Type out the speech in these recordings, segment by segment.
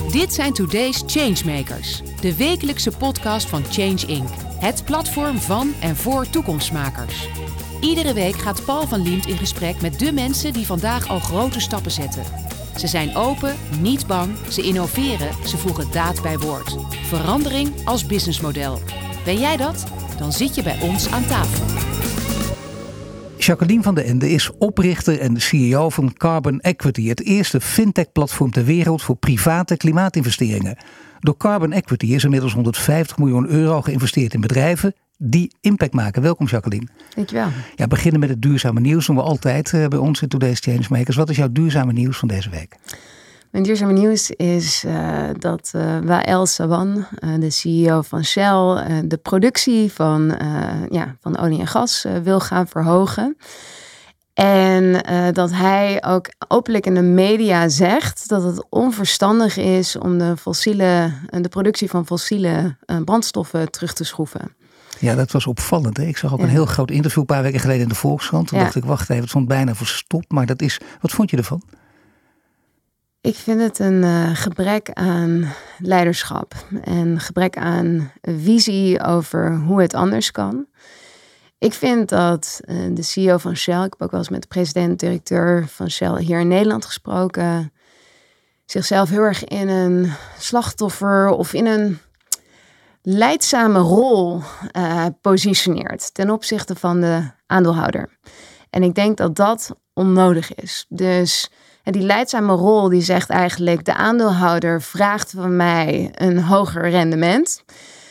Dit zijn Today's Changemakers, de wekelijkse podcast van Change Inc. Het platform van en voor toekomstmakers. Iedere week gaat Paul van Liemt in gesprek met de mensen die vandaag al grote stappen zetten. Ze zijn open, niet bang, ze innoveren, ze voegen daad bij woord. Verandering als businessmodel. Ben jij dat? Dan zit je bij ons aan tafel. Jacqueline van den Ende is oprichter en CEO van Carbon Equity, het eerste fintech-platform ter wereld voor private klimaatinvesteringen. Door Carbon Equity is inmiddels €150 miljoen geïnvesteerd in bedrijven die impact maken. Welkom Jacqueline. Dankjewel. Ja, beginnen met het duurzame nieuws doen we altijd bij ons in Today's Changemakers. Wat is jouw duurzame nieuws van deze week? Mijn duurzame nieuws is dat Wael Sawan, de CEO van Shell, de productie van olie en gas wil gaan verhogen. En dat hij ook openlijk in de media zegt dat het onverstandig is om de productie van fossiele brandstoffen terug te schroeven. Ja, dat was opvallend. Hè? Ik zag ook een heel groot interview een paar weken geleden in de Volkskrant. Toen dacht ik, wacht even, het stond bijna voor stop. Maar dat is, wat vond je ervan? Ik vind het een gebrek aan leiderschap en gebrek aan visie over hoe het anders kan. Ik vind dat de CEO van Shell, ik heb ook wel eens met de president-directeur van Shell hier in Nederland gesproken, zichzelf heel erg in een slachtoffer of in een leidzame rol positioneert ten opzichte van de aandeelhouder. En ik denk dat dat onnodig is. Dus die leidzame rol die zegt eigenlijk, de aandeelhouder vraagt van mij een hoger rendement.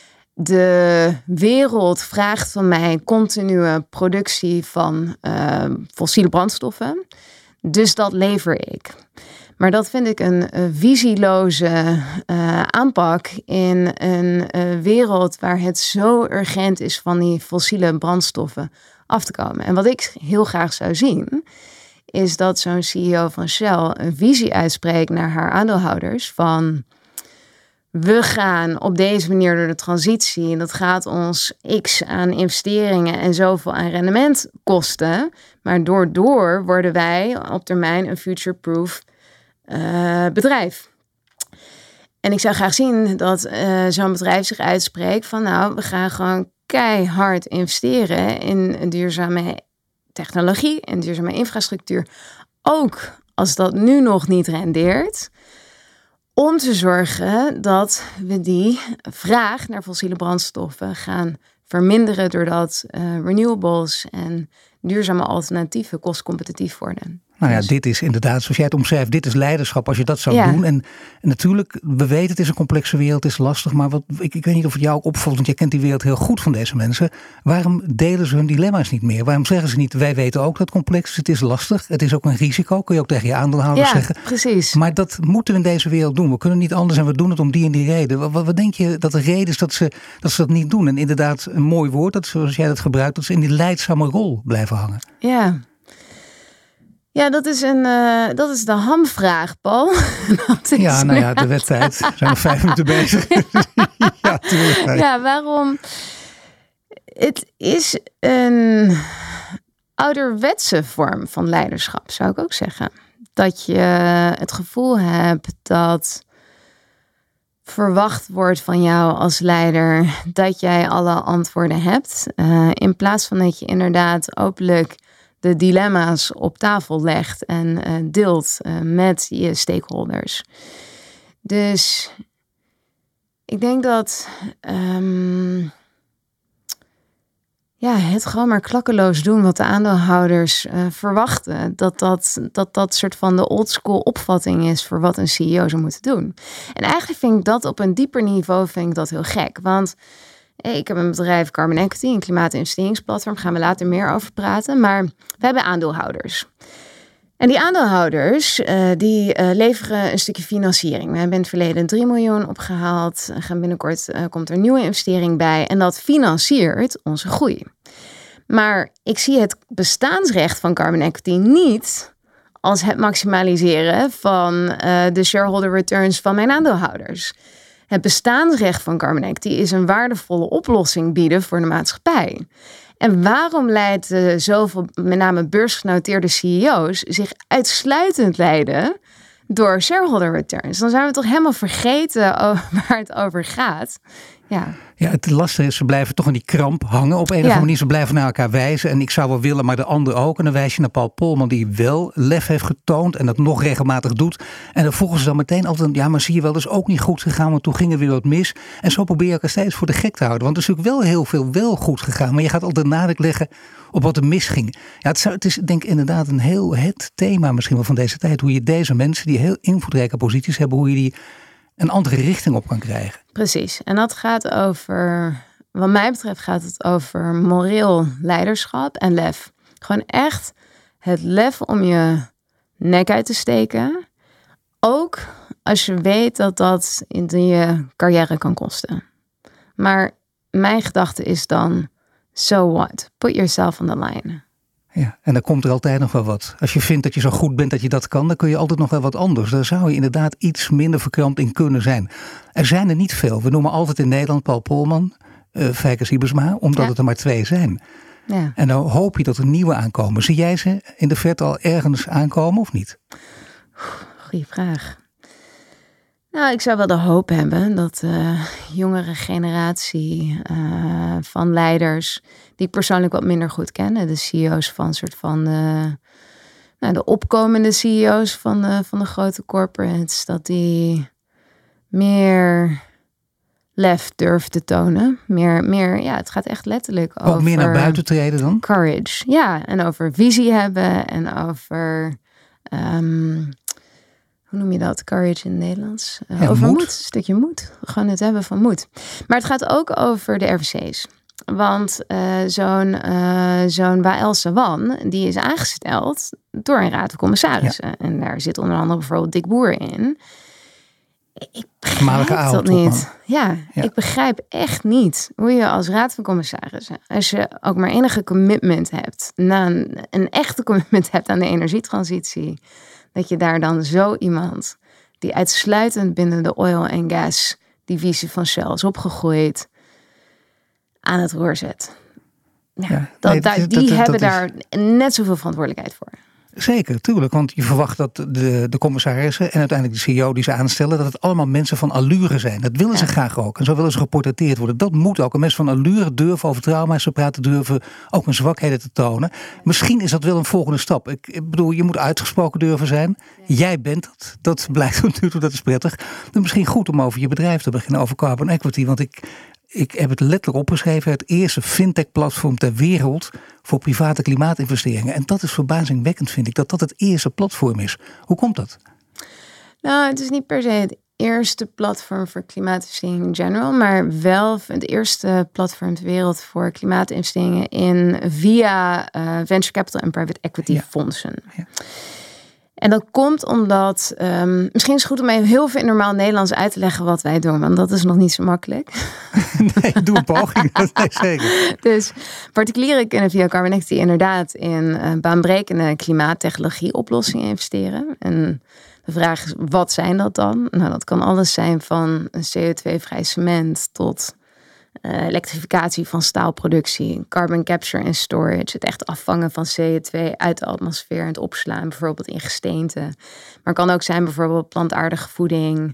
De wereld vraagt van mij een continue productie van fossiele brandstoffen. Dus dat lever ik. Maar dat vind ik een visieloze aanpak in een wereld waar het zo urgent is van die fossiele brandstoffen af te komen. En wat ik heel graag zou zien, is dat zo'n CEO van Shell een visie uitspreekt naar haar aandeelhouders van, we gaan op deze manier door de transitie en dat gaat ons x aan investeringen en zoveel aan rendement kosten. Maar daardoor worden wij op termijn een future-proof bedrijf. En ik zou graag zien dat zo'n bedrijf zich uitspreekt van, nou, we gaan gewoon keihard investeren in duurzame technologie en duurzame infrastructuur. Ook als dat nu nog niet rendeert. Om te zorgen dat we die vraag naar fossiele brandstoffen gaan verminderen doordat renewables en duurzame alternatieven kostcompetitief worden. Nou ja, dit is inderdaad, zoals jij het omschrijft, dit is leiderschap als je dat zou doen. En natuurlijk, we weten het is een complexe wereld, het is lastig. Maar ik weet niet of het jou ook opvalt, want jij kent die wereld heel goed van deze mensen. Waarom delen ze hun dilemma's niet meer? Waarom zeggen ze niet, wij weten ook dat het complex is, het is lastig. Het is ook een risico, kun je ook tegen je aandeelhouders zeggen. Ja, precies. Maar dat moeten we in deze wereld doen. We kunnen niet anders en we doen het om die en die reden. Wat denk je dat de reden is dat ze dat niet doen? En inderdaad, een mooi woord, dat zoals jij dat gebruikt, dat ze in die leidzame rol blijven hangen. Ja. Ja, dat is de hamvraag, Paul. De wedstrijd. We zijn nog 5 minuten bezig. Waarom? Het is een ouderwetse vorm van leiderschap, zou ik ook zeggen. Dat je het gevoel hebt dat verwacht wordt van jou als leider dat jij alle antwoorden hebt. In plaats van dat je inderdaad openlijk de dilemma's op tafel legt en deelt met je stakeholders. Dus ik denk dat het gewoon maar klakkeloos doen wat de aandeelhouders verwachten. Dat soort van de oldschool opvatting is voor wat een CEO zou moeten doen. En eigenlijk vind ik dat op een dieper niveau heel gek. Want ik heb een bedrijf, Carbon Equity, een klimaatinvesteringsplatform. Daar gaan we later meer over praten. Maar we hebben aandeelhouders. En die aandeelhouders, die leveren een stukje financiering. We hebben in het verleden 3 miljoen opgehaald. Binnenkort komt er een nieuwe investering bij. En dat financiert onze groei. Maar ik zie het bestaansrecht van Carbon Equity niet als het maximaliseren van de shareholder returns van mijn aandeelhouders. Het bestaansrecht van Carbon Equity is een waardevolle oplossing bieden voor de maatschappij. En waarom leiden zoveel, met name beursgenoteerde CEO's, zich uitsluitend leiden door shareholder returns. Dan zijn we toch helemaal vergeten waar het over gaat. Ja, het lastige is, ze blijven toch in die kramp hangen. Op een of andere manier, ze blijven naar elkaar wijzen. En ik zou wel willen, maar de ander ook. En dan wijs je naar Paul Polman, die wel lef heeft getoond. En dat nog regelmatig doet. En dan volgen ze dan meteen altijd, ja, maar zie je wel, dat is ook niet goed gegaan. Want toen ging er weer wat mis. En zo probeer je elkaar steeds voor de gek te houden. Want er is natuurlijk wel heel veel wel goed gegaan. Maar je gaat altijd nadruk leggen op wat er misging. Ja, het is denk ik inderdaad het thema misschien wel van deze tijd. Hoe je deze mensen, die heel invloedrijke posities hebben, hoe je die een andere richting op kan krijgen. Precies. En dat gaat over, wat mij betreft gaat het over moreel leiderschap en lef. Gewoon echt het lef om je nek uit te steken. Ook als je weet dat dat in je carrière kan kosten. Maar mijn gedachte is dan, so what? Put yourself on the line. Ja, en dan komt er altijd nog wel wat. Als je vindt dat je zo goed bent dat je dat kan, dan kun je altijd nog wel wat anders. Daar zou je inderdaad iets minder verkrampt in kunnen zijn. Er zijn er niet veel. We noemen altijd in Nederland Paul Polman, Feike Siebersma, omdat het er maar 2 zijn. Ja. En dan hoop je dat er nieuwe aankomen. Zie jij ze in de verte al ergens aankomen of niet? Goeie vraag. Nou, ik zou wel de hoop hebben dat de jongere generatie van leiders die ik persoonlijk wat minder goed ken, de CEO's van soort van de opkomende CEO's van de grote corporates, dat die meer lef durven te tonen. Meer, ja, het gaat echt letterlijk over. Ook meer naar buiten treden dan? Courage, ja, en over visie hebben en over hoe noem je dat? Courage in het Nederlands. Over moed. Een stukje moed. Gewoon het hebben van moed. Maar het gaat ook over de RVC's. Want zo'n Wael Sawan, die is aangesteld door een raad van commissarissen. Ja. En daar zit onder andere bijvoorbeeld Dick Boer in. Ik begrijp dat niet. Ja, ik begrijp echt niet hoe je als raad van commissarissen, als je ook maar enige commitment hebt, een echte commitment hebt aan de energietransitie, dat je daar dan zo iemand die uitsluitend binnen de oil en gas divisie van Shell is opgegroeid aan het roer zet. Die hebben daar net zoveel verantwoordelijkheid voor. Zeker, tuurlijk. Want je verwacht dat de commissarissen en uiteindelijk de CEO die ze aanstellen, dat het allemaal mensen van allure zijn. Dat willen ze graag ook. En zo willen ze geportretteerd worden. Dat moet ook. Een mensen van allure durven over trauma's te praten, durven ook hun zwakheden te tonen. Misschien is dat wel een volgende stap. Ik bedoel, je moet uitgesproken durven zijn. Jij bent dat. Dat blijkt natuurlijk, dat is prettig. Dus misschien goed om over je bedrijf te beginnen, over carbon equity. Want ik heb het letterlijk opgeschreven. Het eerste fintech-platform ter wereld voor private klimaatinvesteringen. En dat is verbazingwekkend, vind ik, dat het eerste platform is. Hoe komt dat? Nou, het is niet per se het eerste platform voor klimaatinvesteringen in general, maar wel het eerste platform ter wereld voor klimaatinvesteringen via venture capital en private equity fondsen. Ja. En dat komt omdat, misschien is het goed om even heel veel in normaal Nederlands uit te leggen wat wij doen, want dat is nog niet zo makkelijk. Nee, doe een poging. Nee, zeker. Dus particulieren kunnen via carbon equity inderdaad in baanbrekende klimaattechnologie oplossingen investeren. En de vraag is, wat zijn dat dan? Nou, dat kan alles zijn van een CO2-vrij cement tot elektrificatie van staalproductie, carbon capture en storage, het echt afvangen van CO2 uit de atmosfeer en het opslaan, bijvoorbeeld in gesteente. Maar het kan ook zijn bijvoorbeeld plantaardige voeding,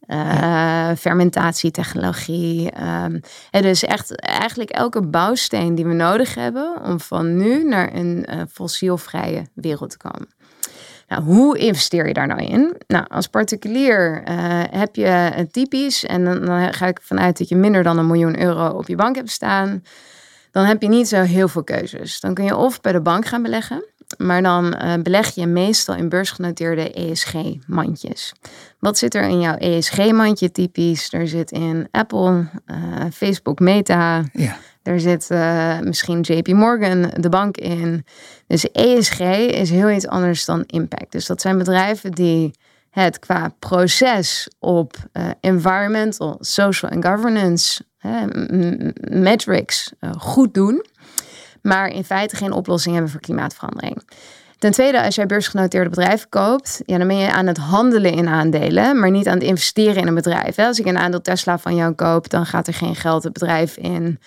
fermentatietechnologie. En dus echt eigenlijk elke bouwsteen die we nodig hebben om van nu naar een fossielvrije wereld te komen. Nou, hoe investeer je daar nou in? Nou, als particulier heb je typisch, en dan ga ik vanuit dat je minder dan €1 miljoen op je bank hebt staan, dan heb je niet zo heel veel keuzes. Dan kun je of bij de bank gaan beleggen, maar dan beleg je meestal in beursgenoteerde ESG-mandjes. Wat zit er in jouw ESG-mandje typisch? Er zit in Apple, Facebook, Meta. Ja. Er zit misschien JP Morgan, de bank in. Dus ESG is heel iets anders dan impact. Dus dat zijn bedrijven die het qua proces op environmental, social en governance metrics goed doen. Maar in feite geen oplossing hebben voor klimaatverandering. Ten tweede, als jij beursgenoteerde bedrijven koopt, dan ben je aan het handelen in aandelen, maar niet aan het investeren in een bedrijf. Als ik een aandeel Tesla van jou koop, dan gaat er geen geld het bedrijf in.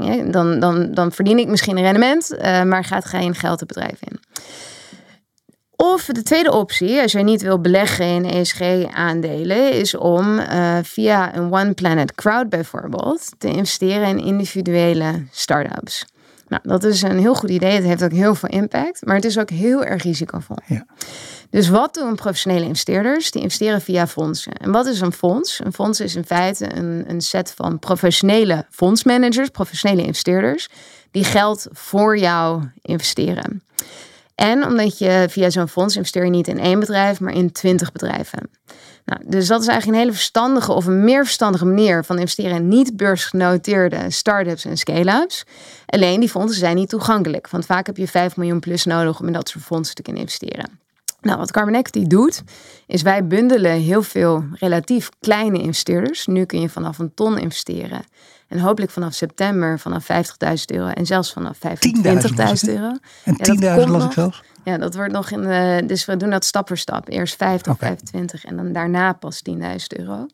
Dan verdien ik misschien een rendement, maar gaat geen geld het bedrijf in. Of de tweede optie, als jij niet wil beleggen in ESG-aandelen, is om via een One Planet Crowd bijvoorbeeld te investeren in individuele start-ups. Nou, dat is een heel goed idee. Het heeft ook heel veel impact, maar het is ook heel erg risicovol. Ja. Dus wat doen professionele investeerders? Die investeren via fondsen. En wat is een fonds? Een fonds is in feite een set van professionele fondsmanagers, professionele investeerders, die geld voor jou investeren. En omdat je via zo'n fonds investeer je niet in 1 bedrijf, maar in 20 bedrijven. Nou, dus dat is eigenlijk een hele verstandige of een meer verstandige manier van investeren in niet beursgenoteerde start-ups en scale-ups. Alleen die fondsen zijn niet toegankelijk. Want vaak heb je 5 miljoen plus nodig om in dat soort fondsen te kunnen investeren. Nou, wat Carbon Equity doet, is wij bundelen heel veel relatief kleine investeerders. Nu kun je vanaf een ton investeren. En hopelijk vanaf september vanaf €50.000 en zelfs vanaf €25.000. En 10.000 las ik zelfs? Ja, dat wordt nog dus we doen dat stap voor stap. Eerst 50, 25 en dan daarna pas €10.000.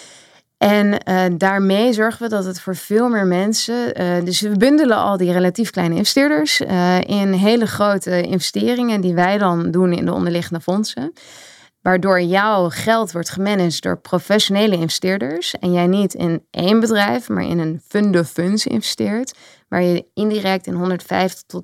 En daarmee zorgen we dat het voor veel meer mensen... dus we bundelen al die relatief kleine investeerders in hele grote investeringen die wij dan doen in de onderliggende fondsen. Waardoor jouw geld wordt gemanaged door professionele investeerders. En jij niet in 1 bedrijf, maar in een fund of funds investeert. Waar je indirect in 150 tot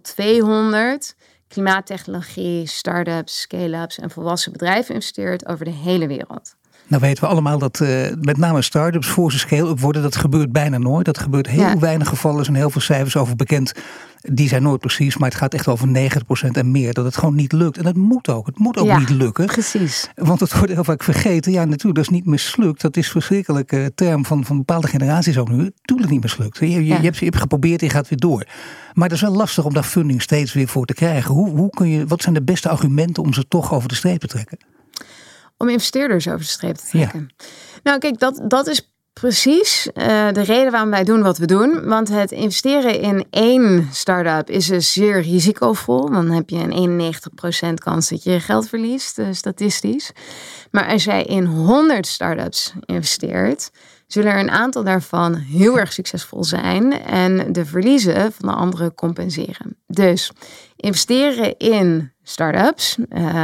200 klimaattechnologie, start-ups, scale-ups en volwassen bedrijven investeert over de hele wereld. Nou weten we allemaal dat met name start-ups voor ze scale-up worden. Dat gebeurt bijna nooit. Dat gebeurt heel weinig gevallen. Er zijn heel veel cijfers over bekend. Die zijn nooit precies, maar het gaat echt over 90% en meer. Dat het gewoon niet lukt. En dat moet ook. Het moet ook niet lukken. Precies. Want het wordt heel vaak vergeten. Ja, natuurlijk, dat is niet mislukt. Dat is een verschrikkelijke term van bepaalde generaties ook nu. Tuurlijk niet mislukt. Je hebt geprobeerd, je gaat weer door. Maar het is wel lastig om daar funding steeds weer voor te krijgen. Wat zijn de beste argumenten om ze toch over de streep te trekken? Om investeerders over de streep te trekken. Ja. Nou kijk, dat is precies de reden waarom wij doen wat we doen. Want het investeren in 1 start-up is dus zeer risicovol. Dan heb je een 91% kans dat je je geld verliest, statistisch. Maar als jij in 100 start-ups investeert, zullen er een aantal daarvan heel erg succesvol zijn en de verliezen van de anderen compenseren. Dus investeren in start-ups,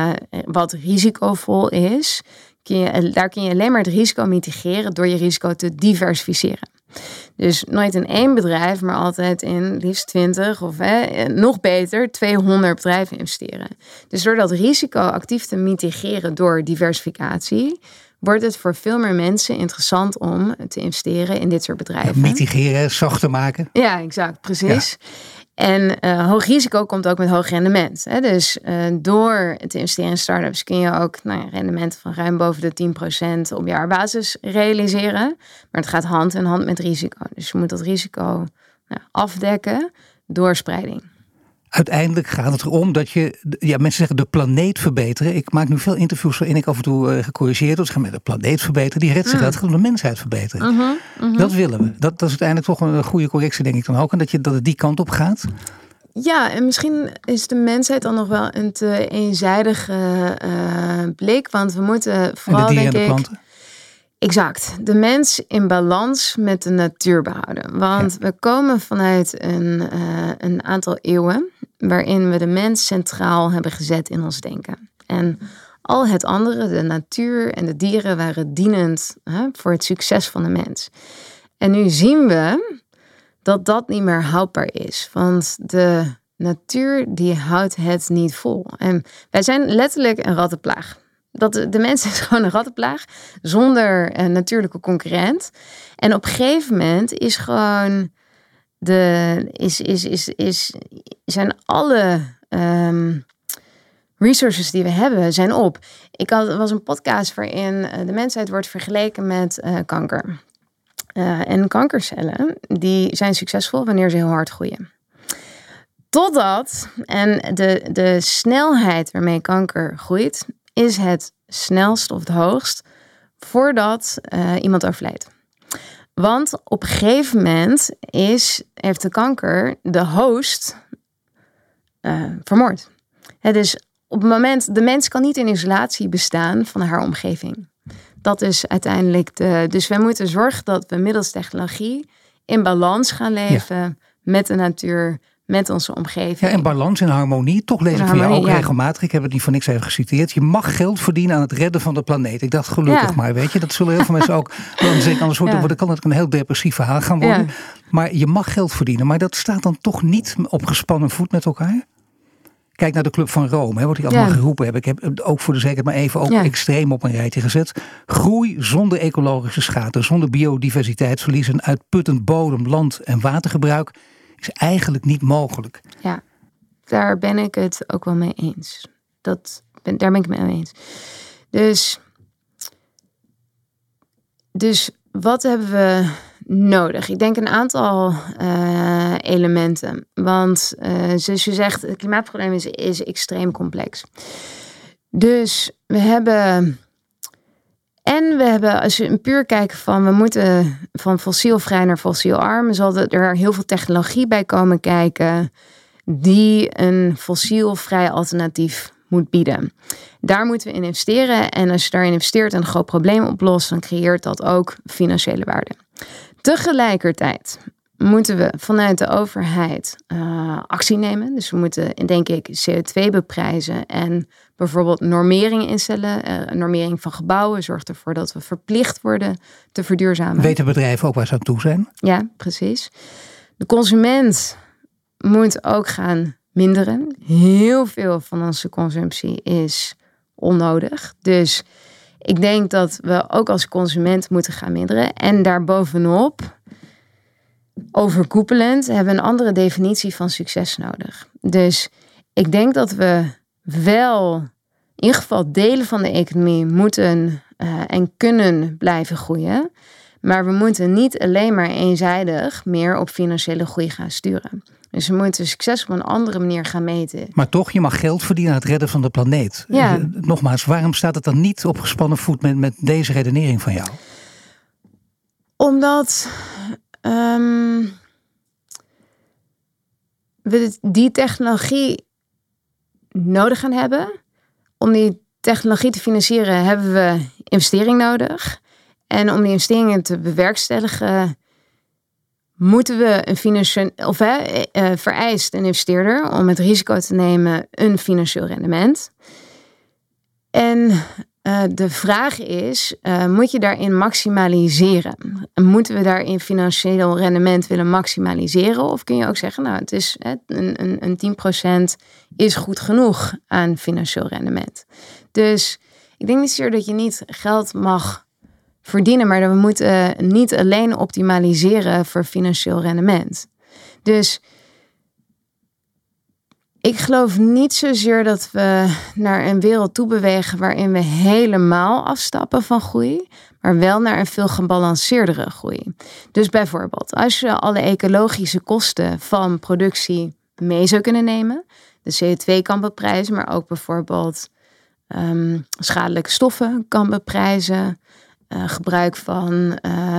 wat risicovol is, daar kun je alleen maar het risico mitigeren door je risico te diversificeren. Dus nooit in 1 bedrijf, maar altijd in liefst 20 of nog beter 200 bedrijven investeren. Dus door dat risico actief te mitigeren door diversificatie, wordt het voor veel meer mensen interessant om te investeren in dit soort bedrijven. Ja, mitigeren, zachter maken. Ja, exact, precies. Ja. En hoog risico komt ook met hoog rendement. Hè? Dus door te investeren in start-ups kun je ook rendementen van ruim boven de 10% op jaarbasis realiseren. Maar het gaat hand in hand met risico. Dus je moet dat risico afdekken door spreiding. Uiteindelijk gaat het erom dat mensen zeggen de planeet verbeteren. Ik maak nu veel interviews waarin ik af en toe gecorrigeerd word. Ze gaan met de planeet verbeteren, die redt zich uit. Het gaat om de mensheid verbeteren. Dat willen we. Dat is uiteindelijk toch een goede correctie, denk ik dan ook. En dat het die kant op gaat. Ja, en misschien is de mensheid dan nog wel een te eenzijdige blik. Want we moeten vooral, en de dieren denk en de planten. Exact. De mens in balans met de natuur behouden. Want we komen vanuit een aantal eeuwen waarin we de mens centraal hebben gezet in ons denken. En al het andere, de natuur en de dieren, waren dienend voor het succes van de mens. En nu zien we dat dat niet meer houdbaar is. Want de natuur die houdt het niet vol. En wij zijn letterlijk een rattenplaag. De mens is gewoon een rattenplaag zonder een natuurlijke concurrent. En op een gegeven moment is gewoon zijn alle resources die we hebben zijn op. Er was een podcast waarin de mensheid wordt vergeleken met kanker. En kankercellen die zijn succesvol wanneer ze heel hard groeien. Totdat, en de snelheid waarmee kanker groeit, is het snelst of het hoogst voordat iemand overlijdt. Want op een gegeven moment heeft de kanker de host vermoord. Dus op het moment, de mens kan niet in isolatie bestaan van haar omgeving. Dat is uiteindelijk dus wij moeten zorgen dat we middels technologie in balans gaan leven met de natuur, met onze omgeving. Ja, en balans en harmonie. Toch lees ik van jou ook regelmatig. Ik heb het niet voor niks even geciteerd. Je mag geld verdienen aan het redden van de planeet. Ik dacht gelukkig maar, weet je. Dat zullen heel veel mensen ook dan zeggen. Anders kan het een heel depressief verhaal gaan worden. Ja. Maar je mag geld verdienen. Maar dat staat dan toch niet op gespannen voet met elkaar? Kijk naar de Club van Rome, wat ik allemaal geroepen heb. Ik heb ook voor de zekerheid maar even extreem op een rijtje gezet. Groei zonder ecologische schade, zonder biodiversiteitsverlies en uitputtend bodem, land en watergebruik is eigenlijk niet mogelijk. Ja, daar ben ik het ook wel mee eens. Daar ben ik het mee eens. Dus wat hebben we nodig? Ik denk een aantal elementen. Want zoals je zegt, het klimaatprobleem is extreem complex. Dus we hebben, als we puur kijken van we moeten van fossielvrij naar fossielarm, zal er heel veel technologie bij komen kijken die een fossielvrij alternatief moet bieden. Daar moeten we in investeren. En als je daarin investeert en een groot probleem oplost, dan creëert dat ook financiële waarde. Tegelijkertijd moeten we vanuit de overheid actie nemen. Dus we moeten, denk ik, CO2 beprijzen en bijvoorbeeld normering instellen. Normering van gebouwen zorgt ervoor dat we verplicht worden te verduurzamen. Weten bedrijven ook waar ze aan toe zijn? Ja, precies. De consument moet ook gaan minderen. Heel veel van onze consumptie is onnodig. Dus ik denk dat we ook als consument moeten gaan minderen. En daarbovenop, overkoepelend, hebben we een andere definitie van succes nodig. Dus ik denk dat we wel in ieder geval delen van de economie moeten en kunnen blijven groeien. Maar we moeten niet alleen maar eenzijdig meer op financiële groei gaan sturen. Dus we moeten succes op een andere manier gaan meten. Maar toch, je mag geld verdienen aan het redden van de planeet. Ja. Nogmaals, waarom staat het dan niet op gespannen voet met deze redenering van jou? Omdat we die technologie nodig gaan hebben. Om die technologie te financieren hebben we investering nodig. En om die investeringen te bewerkstelligen moeten we vereist een investeerder om het risico te nemen een financieel rendement. En de vraag is, moet je daarin maximaliseren? Moeten we daarin financieel rendement willen maximaliseren? Of kun je ook zeggen, nou, het is een 10% is goed genoeg aan financieel rendement. Dus ik denk niet zozeer dat je niet geld mag verdienen, maar we moeten niet alleen optimaliseren voor financieel rendement. Dus ik geloof niet zozeer dat we naar een wereld toe bewegen waarin we helemaal afstappen van groei, maar wel naar een veel gebalanceerdere groei. Dus bijvoorbeeld, als je alle ecologische kosten van productie mee zou kunnen nemen, de CO2 kan beprijzen, maar ook bijvoorbeeld schadelijke stoffen kan beprijzen, gebruik van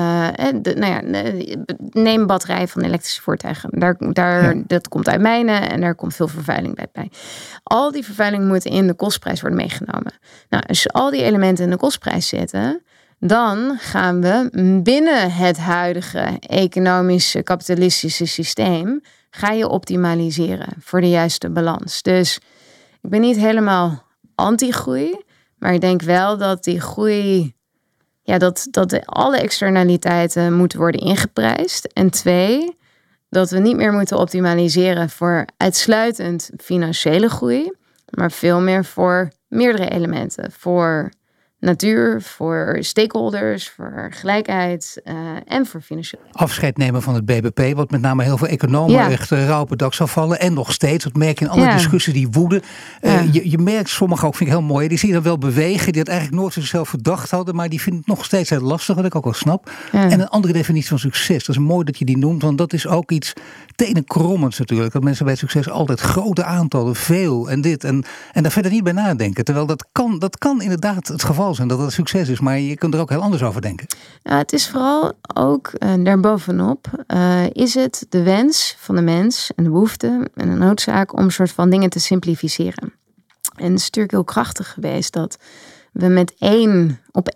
neem batterij van elektrische voertuigen. Dat komt uit mijnen en daar komt veel vervuiling bij. Al die vervuiling moet in de kostprijs worden meegenomen. Nou, als je al die elementen in de kostprijs zetten, dan gaan we binnen het huidige economische kapitalistische systeem ga je optimaliseren voor de juiste balans. Dus ik ben niet helemaal anti-groei, maar ik denk wel dat die groei, dat alle externaliteiten moeten worden ingeprijsd. En 2, dat we niet meer moeten optimaliseren voor uitsluitend financiële groei, maar veel meer voor meerdere elementen. Voor natuur, voor stakeholders, voor gelijkheid en voor financieel. Afscheid nemen van het BBP, wat met name heel veel economen echt rauw op het dak zal vallen. En nog steeds, dat merk je in alle discussies die woeden. Je merkt sommigen ook, vind ik heel mooi, die zie je dan wel bewegen, die het eigenlijk nooit zichzelf verdacht hadden, maar die vinden het nog steeds heel lastig, wat ik ook wel snap. Ja. En een andere definitie van succes, dat is mooi dat je die noemt, want dat is ook iets tenenkrommends natuurlijk. Dat mensen bij succes altijd grote aantallen, veel en dit en daar verder niet bij nadenken. Terwijl dat kan inderdaad het geval zijn dat het succes is, maar je kunt er ook heel anders over denken. Ja, het is vooral ook daarbovenop, is het de wens van de mens en de behoefte en de noodzaak om een soort van dingen te simplificeren. En het is natuurlijk heel krachtig geweest dat we op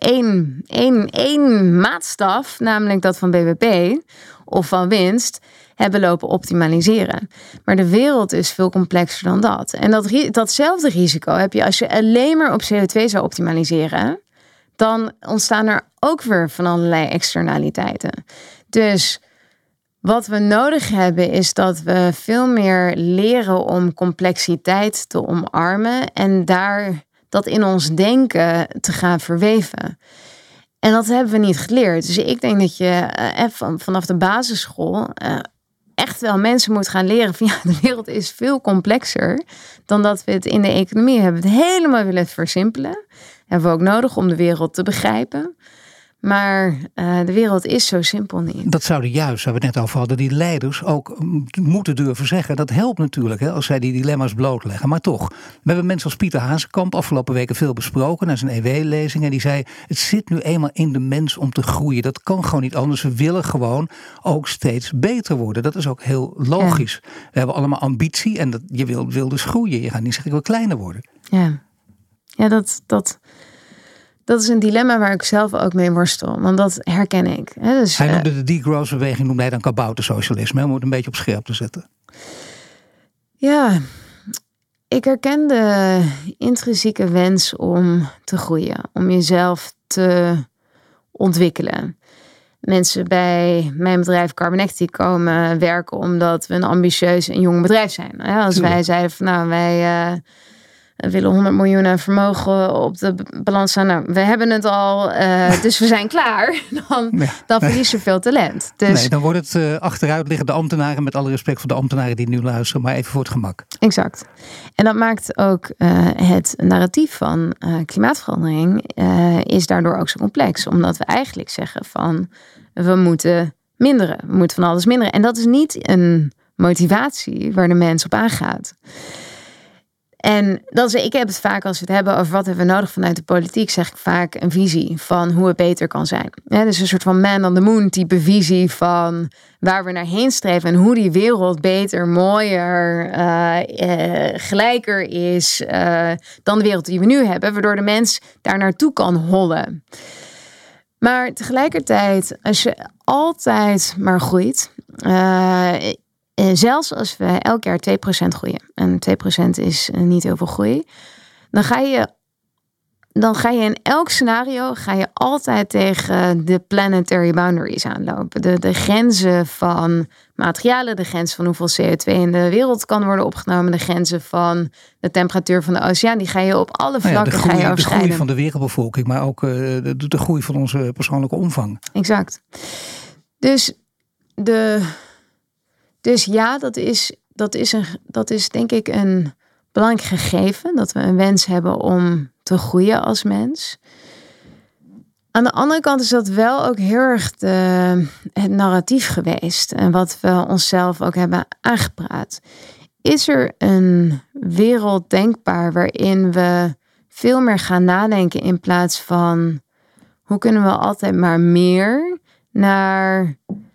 één maatstaf, namelijk dat van BBP of van winst, hebben lopen optimaliseren. Maar de wereld is veel complexer dan dat. En datzelfde risico heb je als je alleen maar op CO2 zou optimaliseren. Dan ontstaan er ook weer van allerlei externaliteiten. Dus wat we nodig hebben is dat we veel meer leren om complexiteit te omarmen en dat in ons denken te gaan verweven. En dat hebben we niet geleerd. Dus ik denk dat je vanaf de basisschool echt wel mensen moet gaan leren van de wereld is veel complexer dan dat we het in de economie hebben. Het helemaal willen versimpelen. Hebben we ook nodig om de wereld te begrijpen. Maar de wereld is zo simpel niet. Dat zouden juist, waar we het net over hadden, die leiders ook moeten durven zeggen. Dat helpt natuurlijk als zij die dilemma's blootleggen. Maar toch, we hebben mensen als Pieter Hazekamp afgelopen weken veel besproken naar zijn EW-lezing. En die zei, het zit nu eenmaal in de mens om te groeien. Dat kan gewoon niet anders. We willen gewoon ook steeds beter worden. Dat is ook heel logisch. Ja. We hebben allemaal ambitie en je wil dus groeien. Je gaat niet zeggen, ik wil kleiner worden. Ja, dat is een dilemma waar ik zelf ook mee worstel. Want dat herken ik. Dus, hij noemde de degrowth-beweging noemde hij dan kaboutersocialisme. Om het een beetje op scherp te zetten. Ja, ik herken de intrinsieke wens om te groeien. Om jezelf te ontwikkelen. Mensen bij mijn bedrijf Carbonecti komen werken omdat we een ambitieus en jong bedrijf zijn. Als wij zeiden van wij willen 100 miljoen aan vermogen op de balans staan. Nou, we hebben het al, dus we zijn klaar. Dan verlies je veel talent. Dus, nee, dan wordt het achteruit liggen de ambtenaren, met alle respect voor de ambtenaren die nu luisteren, maar even voor het gemak. Exact. En dat maakt ook het narratief van klimaatverandering is daardoor ook zo complex. Omdat we eigenlijk zeggen van, we moeten minderen. We moeten van alles minderen. En dat is niet een motivatie waar de mens op aangaat. En ik heb het vaak, als we het hebben over wat hebben we nodig vanuit de politiek, zeg ik vaak een visie van hoe het beter kan zijn. Dus een soort van man on the moon type visie van waar we naar heen streven en hoe die wereld beter, mooier, gelijker is dan de wereld die we nu hebben, waardoor de mens daar naartoe kan hollen. Maar tegelijkertijd, als je altijd maar groeit, zelfs als we elk jaar 2% groeien, en 2% is niet heel veel groei, dan ga je in elk scenario altijd tegen de planetary boundaries aanlopen. De grenzen van materialen, de grens van hoeveel CO2 in de wereld kan worden opgenomen, de grenzen van de temperatuur van de oceaan, die ga je op alle vlakken overschrijden. De groei van de wereldbevolking, maar ook de groei van onze persoonlijke omvang. Exact. Dus ja, dat is denk ik een belangrijk gegeven. Dat we een wens hebben om te groeien als mens. Aan de andere kant is dat wel ook heel erg het narratief geweest. En wat we onszelf ook hebben aangepraat. Is er een wereld denkbaar waarin we veel meer gaan nadenken in plaats van hoe kunnen we altijd maar meer naar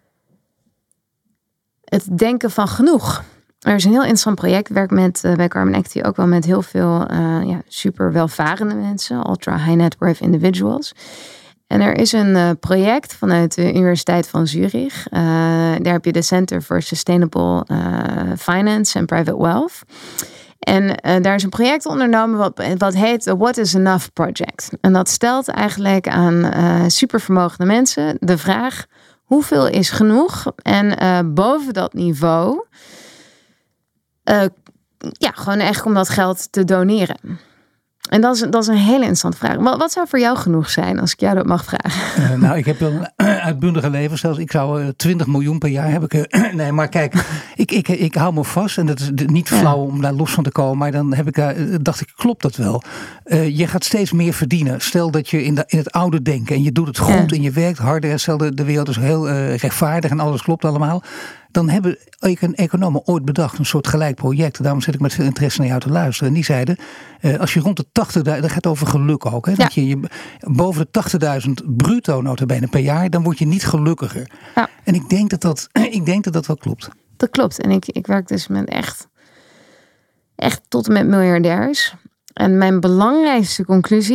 het denken van genoeg. Er is een heel interessant project. Ik werk bij Carbonecti ook wel met heel veel super welvarende mensen. Ultra high net worth individuals. En er is een project vanuit de Universiteit van Zurich. Daar heb je de Center for Sustainable Finance and Private Wealth. En daar is een project ondernomen wat heet the What is Enough Project. En dat stelt eigenlijk aan supervermogende mensen de vraag: hoeveel is genoeg? En boven dat niveau, gewoon echt om dat geld te doneren. En dat is een hele interessante vraag. Wat zou voor jou genoeg zijn, als ik jou dat mag vragen? Ik heb wel een uitbundige leven. Zelfs ik zou 20 miljoen per jaar hebben. Nee, maar kijk, ik hou me vast. En dat is niet flauw om daar los van te komen. Maar dan dacht ik, klopt dat wel? Je gaat steeds meer verdienen. Stel dat je in het oude denken en je doet het goed en je werkt harder. Stel de wereld is heel rechtvaardig en alles klopt allemaal. Dan hebben economen ooit bedacht een soort gelijk project. Daarom zit ik met veel interesse naar jou te luisteren. En die zeiden, als je rond de 80.000, dat gaat over geluk ook. Hè? Ja. Dat je boven de 80.000 bruto nota bene per jaar, dan word je niet gelukkiger. Ja. En ik denk dat wel klopt. Dat klopt. En ik werk dus met echt tot en met miljardairs. En mijn belangrijkste conclusie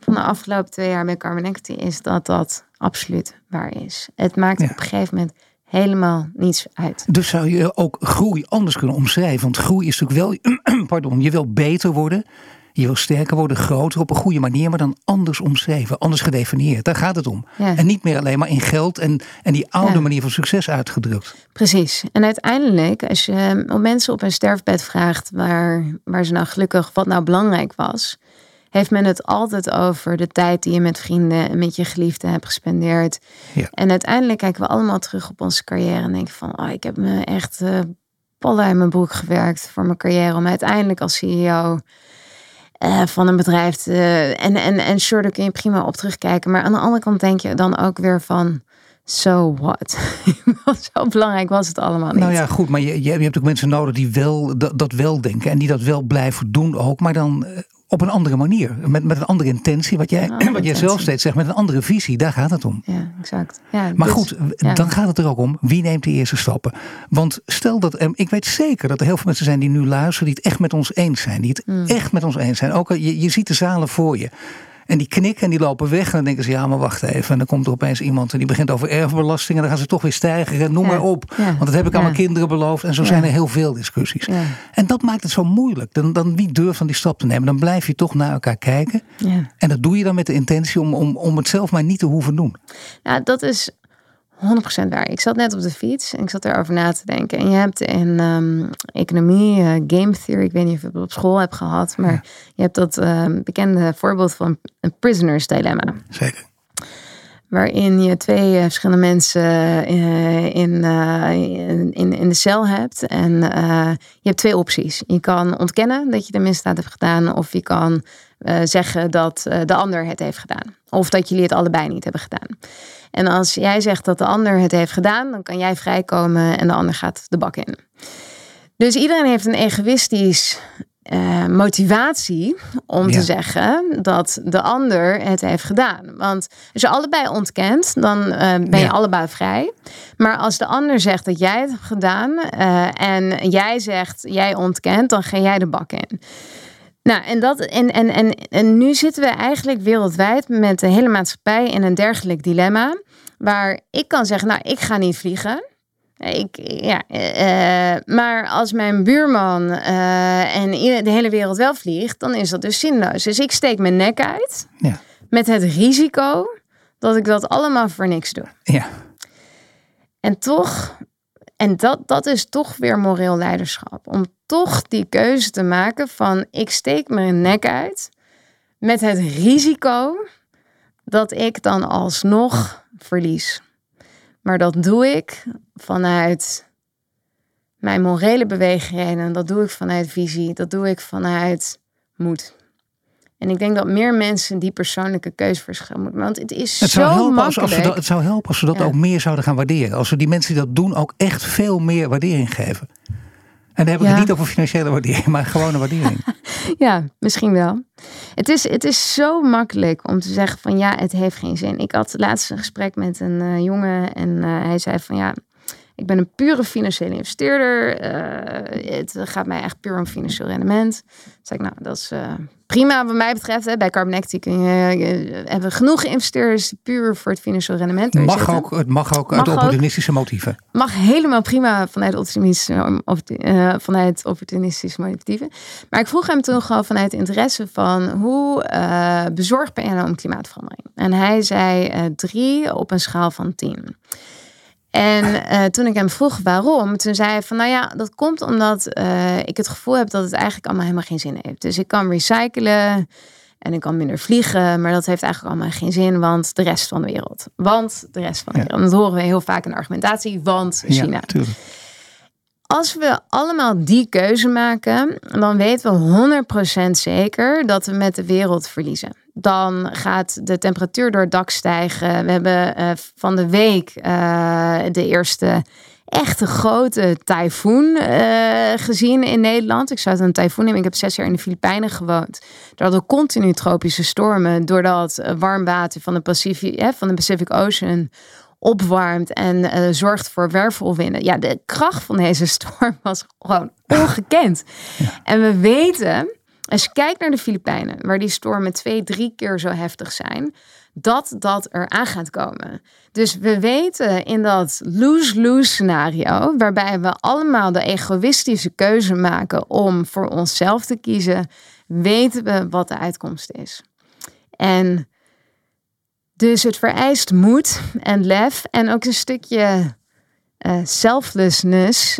van de afgelopen 2 jaar bij Carbon Equity is dat absoluut waar is. Het maakt op een gegeven moment helemaal niets uit. Dus zou je ook groei anders kunnen omschrijven? Want groei is natuurlijk wel, je wil beter worden. Je wil sterker worden, groter op een goede manier, maar dan anders omschreven, anders gedefinieerd. Daar gaat het om. Ja. En niet meer alleen maar in geld en die oude manier van succes uitgedrukt. Precies. En uiteindelijk, als je mensen op hun sterfbed vraagt waar ze nou gelukkig, wat nou belangrijk was, heeft men het altijd over de tijd die je met vrienden en met je geliefden hebt gespendeerd. Ja. En uiteindelijk kijken we allemaal terug op onze carrière en denken van, ik heb me echt ballen in mijn broek gewerkt voor mijn carrière om uiteindelijk als CEO van een bedrijf. En sure, daar kun je prima op terugkijken. Maar aan de andere kant denk je dan ook weer van, so what? Zo belangrijk was het allemaal niet. Nou ja, goed, maar je hebt ook mensen nodig die wel dat wel denken. En die dat wel blijven doen ook. Maar dan op een andere manier. Met een andere intentie. Wat jij zelf steeds zegt. Met een andere visie. Daar gaat het om. Ja, exact. Ja, maar goed, dan gaat het er ook om. Wie neemt de eerste stappen? Want stel dat, ik weet zeker dat er heel veel mensen zijn die nu luisteren. Die het echt met ons eens zijn. Die het echt met ons eens zijn. Ook je ziet de zalen voor je. En die knikken en die lopen weg. En dan denken ze, ja, maar wacht even. En dan komt er opeens iemand en die begint over erfbelasting. En dan gaan ze toch weer stijgen. En noem maar op. Ja. Want dat heb ik aan mijn kinderen beloofd. En zo zijn er heel veel discussies. Ja. En dat maakt het zo moeilijk. Dan wie durft van die stap te nemen? Dan blijf je toch naar elkaar kijken. Ja. En dat doe je dan met de intentie om het zelf maar niet te hoeven doen. Nou, dat is 100% waar. Ik zat net op de fiets en ik zat erover na te denken. En je hebt in economie, game theory, ik weet niet of je het op school hebt gehad, maar je hebt dat bekende voorbeeld van een prisoner's dilemma. Zeker. Waarin je 2 verschillende mensen in de cel hebt. En je hebt 2 opties. Je kan ontkennen dat je de misdaad hebt gedaan. Of je kan zeggen dat de ander het heeft gedaan. Of dat jullie het allebei niet hebben gedaan. En als jij zegt dat de ander het heeft gedaan, dan kan jij vrijkomen en de ander gaat de bak in. Dus iedereen heeft een egoïstisch motivatie om te zeggen dat de ander het heeft gedaan. Want als je allebei ontkent, dan ben je allebei vrij. Maar als de ander zegt dat jij het hebt gedaan en jij zegt jij ontkent, dan ga jij de bak in. Nou, en nu zitten we eigenlijk wereldwijd met de hele maatschappij in een dergelijk dilemma, waar ik kan zeggen, nou, ik ga niet vliegen. Maar als mijn buurman en de hele wereld wel vliegt, dan is dat dus zinloos. Dus ik steek mijn nek uit met het risico dat ik dat allemaal voor niks doe. Ja. En toch, en dat is toch weer moreel leiderschap. Om toch die keuze te maken van ik steek mijn nek uit met het risico dat ik dan alsnog verlies. Maar dat doe ik vanuit mijn morele beweegredenen. Dat doe ik vanuit visie. Dat doe ik vanuit moed. En ik denk dat meer mensen die persoonlijke keuzeverschil moeten. Want het is zo makkelijk. Het zou helpen als we dat ook meer zouden gaan waarderen. Als we die mensen die dat doen ook echt veel meer waardering geven. En dan heb ik het niet over financiële waardering, maar gewone waardering. Ja, misschien wel. Het is zo makkelijk om te zeggen van ja, het heeft geen zin. Ik had laatst een gesprek met een jongen en hij zei van ja, ik ben een pure financiële investeerder. Het gaat mij echt puur om financieel rendement. Toen zei ik, nou, dat is prima wat mij betreft. Hè. Bij Carbon Equity hebben we genoeg investeerders puur voor het financieel rendement. Het mag ook uit opportunistische motieven. Mag helemaal prima vanuit opportunistische motieven. Maar ik vroeg hem toen gewoon vanuit interesse van hoe bezorgd ben je nou om klimaatverandering? En hij zei 3 op een schaal van 10. En toen ik hem vroeg waarom, toen zei hij van nou ja, dat komt omdat ik het gevoel heb dat het eigenlijk allemaal helemaal geen zin heeft. Dus ik kan recyclen en ik kan minder vliegen, maar dat heeft eigenlijk allemaal geen zin, want de rest van de wereld. En dat horen we heel vaak in de argumentatie, want China. Ja, tuurlijk. Als we allemaal die keuze maken, dan weten we 100% zeker dat we met de wereld verliezen. Dan gaat de temperatuur door het dak stijgen. We hebben van de week de eerste echte grote tyfoon gezien in Nederland. Ik zou het een tyfoon nemen. Ik heb 6 jaar in de Filipijnen gewoond. Daar hadden we continu tropische stormen, doordat warm water van de Pacific Ocean opwarmt en zorgt voor wervelwinden. Ja, de kracht van deze storm was gewoon ongekend. Ja. En we weten Als je kijkt naar de Filipijnen, waar die stormen 2-3 keer zo heftig zijn, dat eraan gaat komen. Dus we weten in dat lose-lose scenario, waarbij we allemaal de egoïstische keuze maken om voor onszelf te kiezen, weten we wat de uitkomst is. En dus het vereist moed en lef en ook een stukje selflessness.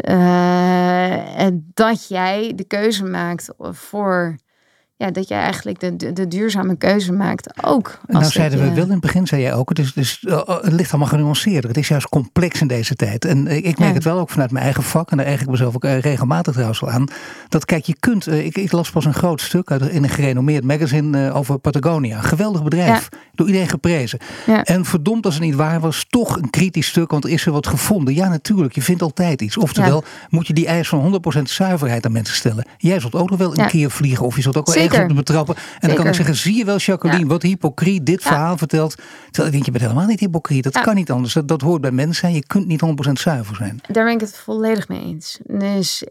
Dat jij de keuze maakt voor... Ja, dat jij eigenlijk de duurzame keuze maakt ook. Nou zeiden we wel in het begin, zei jij ook, het ligt allemaal genuanceerder. Het is juist complex in deze tijd. En ik merk het wel ook vanuit mijn eigen vak, en daar eigen ik mezelf ook regelmatig trouwens al aan. Dat kijk, je kunt, ik las pas een groot stuk in een gerenommeerd magazine over Patagonia. Een geweldig bedrijf, door iedereen geprezen. Ja. En verdomd als het niet waar was, toch een kritisch stuk, want is er wat gevonden? Ja, natuurlijk, je vindt altijd iets. Oftewel, moet je die eis van 100% zuiverheid aan mensen stellen. Jij zult ook nog wel een keer vliegen, of je zult ook wel op te betrappen. En dan kan ik zeggen, zie je wel, Jacqueline, wat hypocriet dit verhaal vertelt. Terwijl ik denk, je bent helemaal niet hypocriet. Dat kan niet anders. Dat hoort bij mensen zijn. Je kunt niet 100% zuiver zijn. Daar ben ik het volledig mee eens. Dus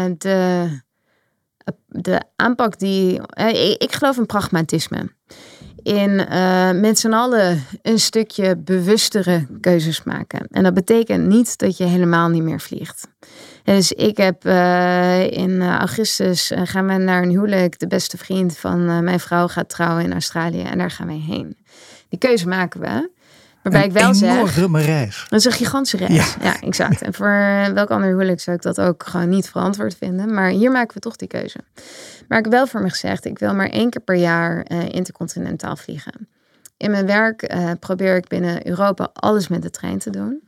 de aanpak die... ik geloof in pragmatisme. In met z'n allen een stukje bewustere keuzes maken. En dat betekent niet dat je helemaal niet meer vliegt. Dus ik heb in augustus gaan we naar een huwelijk. De beste vriend van mijn vrouw gaat trouwen in Australië. En daar gaan wij heen. Die keuze maken we. Waarbij ik wel zeg... Een enorme reis. Dat is een gigantische reis. Ja, exact. En voor welk ander huwelijk zou ik dat ook gewoon niet verantwoord vinden. Maar hier maken we toch die keuze. Maar ik heb wel voor me gezegd, ik wil maar 1 keer per jaar intercontinentaal vliegen. In mijn werk probeer ik binnen Europa alles met de trein te doen.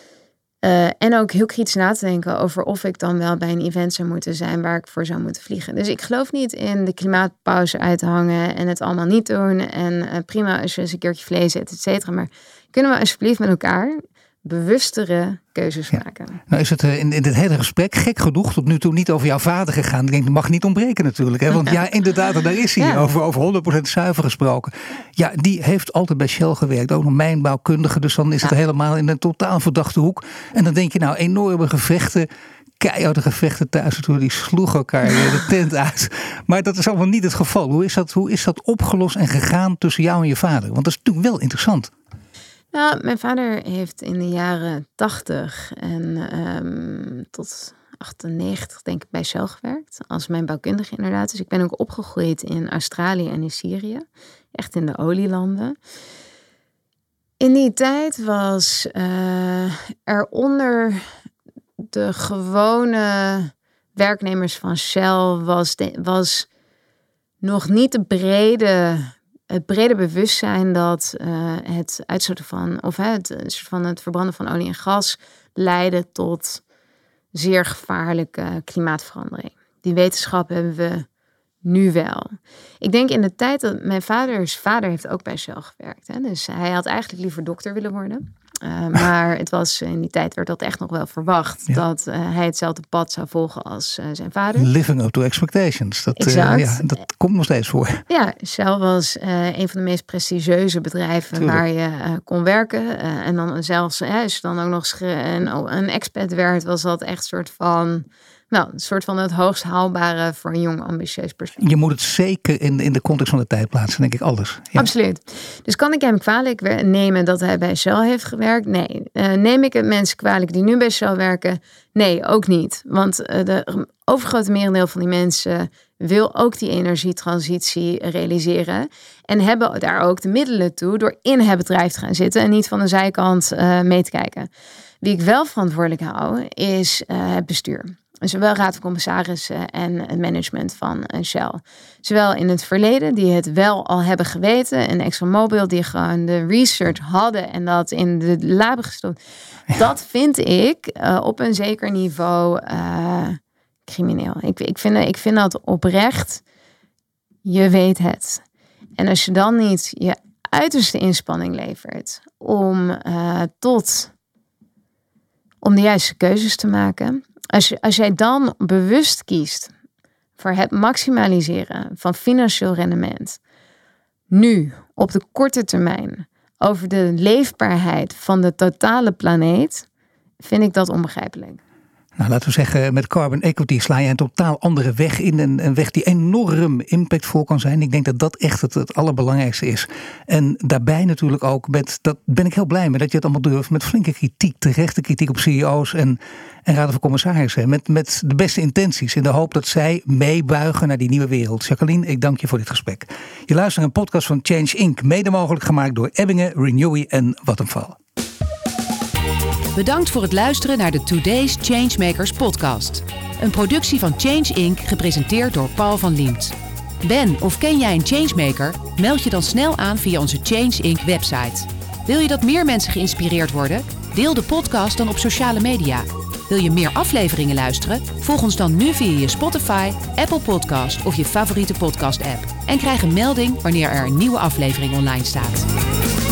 En ook heel kritisch na te denken over of ik dan wel bij een event zou moeten zijn waar ik voor zou moeten vliegen. Dus ik geloof niet in de klimaatpauze uithangen en het allemaal niet doen. En prima als je eens een keertje vlees eet, et cetera. Maar kunnen we alsjeblieft met elkaar bewustere keuzes maken? Nou is het in dit hele gesprek gek genoeg tot nu toe niet over jouw vader gegaan. Ik denk, dat mag niet ontbreken natuurlijk. Hè? Want inderdaad, daar is hij over 100% zuiver gesproken. Ja, die heeft altijd bij Shell gewerkt. Ook nog mijnbouwkundige. Dus dan is het helemaal in een totaal verdachte hoek. En dan denk je nou, enorme gevechten. Keiharde gevechten thuis natuurlijk. Die sloegen elkaar de tent uit. Maar dat is allemaal niet het geval. Hoe is dat opgelost en gegaan tussen jou en je vader? Want dat is natuurlijk wel interessant. Nou, mijn vader heeft in de jaren 80 en tot 98 denk ik bij Shell gewerkt. Als mijnbouwkundige inderdaad. Dus ik ben ook opgegroeid in Australië en in Syrië. Echt in de olielanden. In die tijd was er onder de gewone werknemers van Shell was nog niet het brede bewustzijn dat het uitstoten van, of het verbranden van olie en gas leidde tot zeer gevaarlijke klimaatverandering. Die wetenschap hebben we nu wel. Ik denk in de tijd dat mijn vaders vader heeft ook bij Shell gewerkt. Hè? Dus hij had eigenlijk liever dokter willen worden. Maar het was in die tijd werd dat echt nog wel verwacht. Dat hij hetzelfde pad zou volgen als zijn vader. Living up to expectations. Dat komt nog steeds voor. Ja, Shell was een van de meest prestigieuze bedrijven waar je kon werken. En dan zelfs, als je dan ook nog een expat werd, was dat echt een soort van het hoogst haalbare voor een jong, ambitieus persoon. Je moet het zeker in de context van de tijd plaatsen, denk ik, alles. Ja. Absoluut. Dus kan ik hem kwalijk nemen dat hij bij Shell heeft gewerkt? Nee. Neem ik het mensen kwalijk die nu bij Shell werken? Nee, ook niet. Want de overgrote merendeel van die mensen wil ook die energietransitie realiseren. En hebben daar ook de middelen toe door in het bedrijf te gaan zitten en niet van de zijkant mee te kijken. Wie ik wel verantwoordelijk hou, is het bestuur. Zowel raad van commissarissen en het management van Shell. Zowel in het verleden, die het wel al hebben geweten. En ExxonMobil, die gewoon de research hadden en dat in de lab gestopt. Ja. Dat vind ik op een zeker niveau crimineel. Ik vind dat oprecht. Je weet het. En als je dan niet je uiterste inspanning levert om de juiste keuzes te maken. Als jij dan bewust kiest voor het maximaliseren van financieel rendement, nu op de korte termijn, over de leefbaarheid van de totale planeet, vind ik dat onbegrijpelijk. laten we zeggen, met Carbon Equity sla je een totaal andere weg in. Een weg die enorm impactvol kan zijn. Ik denk dat dat echt het allerbelangrijkste is. En daarbij natuurlijk ook, dat ben ik heel blij mee, dat je het allemaal durft met flinke kritiek, terechte kritiek op CEO's en raden van commissarissen. Met de beste intenties, in de hoop dat zij meebuigen naar die nieuwe wereld. Jacqueline, ik dank je voor dit gesprek. Je luistert naar een podcast van Change Inc. Mede mogelijk gemaakt door Ebbingen, Renewy en Vattenfall. Bedankt voor het luisteren naar de Today's Changemakers podcast. Een productie van Change Inc. gepresenteerd door Paul van Liemt. Ben of ken jij een changemaker? Meld je dan snel aan via onze Change Inc. website. Wil je dat meer mensen geïnspireerd worden? Deel de podcast dan op sociale media. Wil je meer afleveringen luisteren? Volg ons dan nu via je Spotify, Apple Podcast of je favoriete podcast app. En krijg een melding wanneer er een nieuwe aflevering online staat.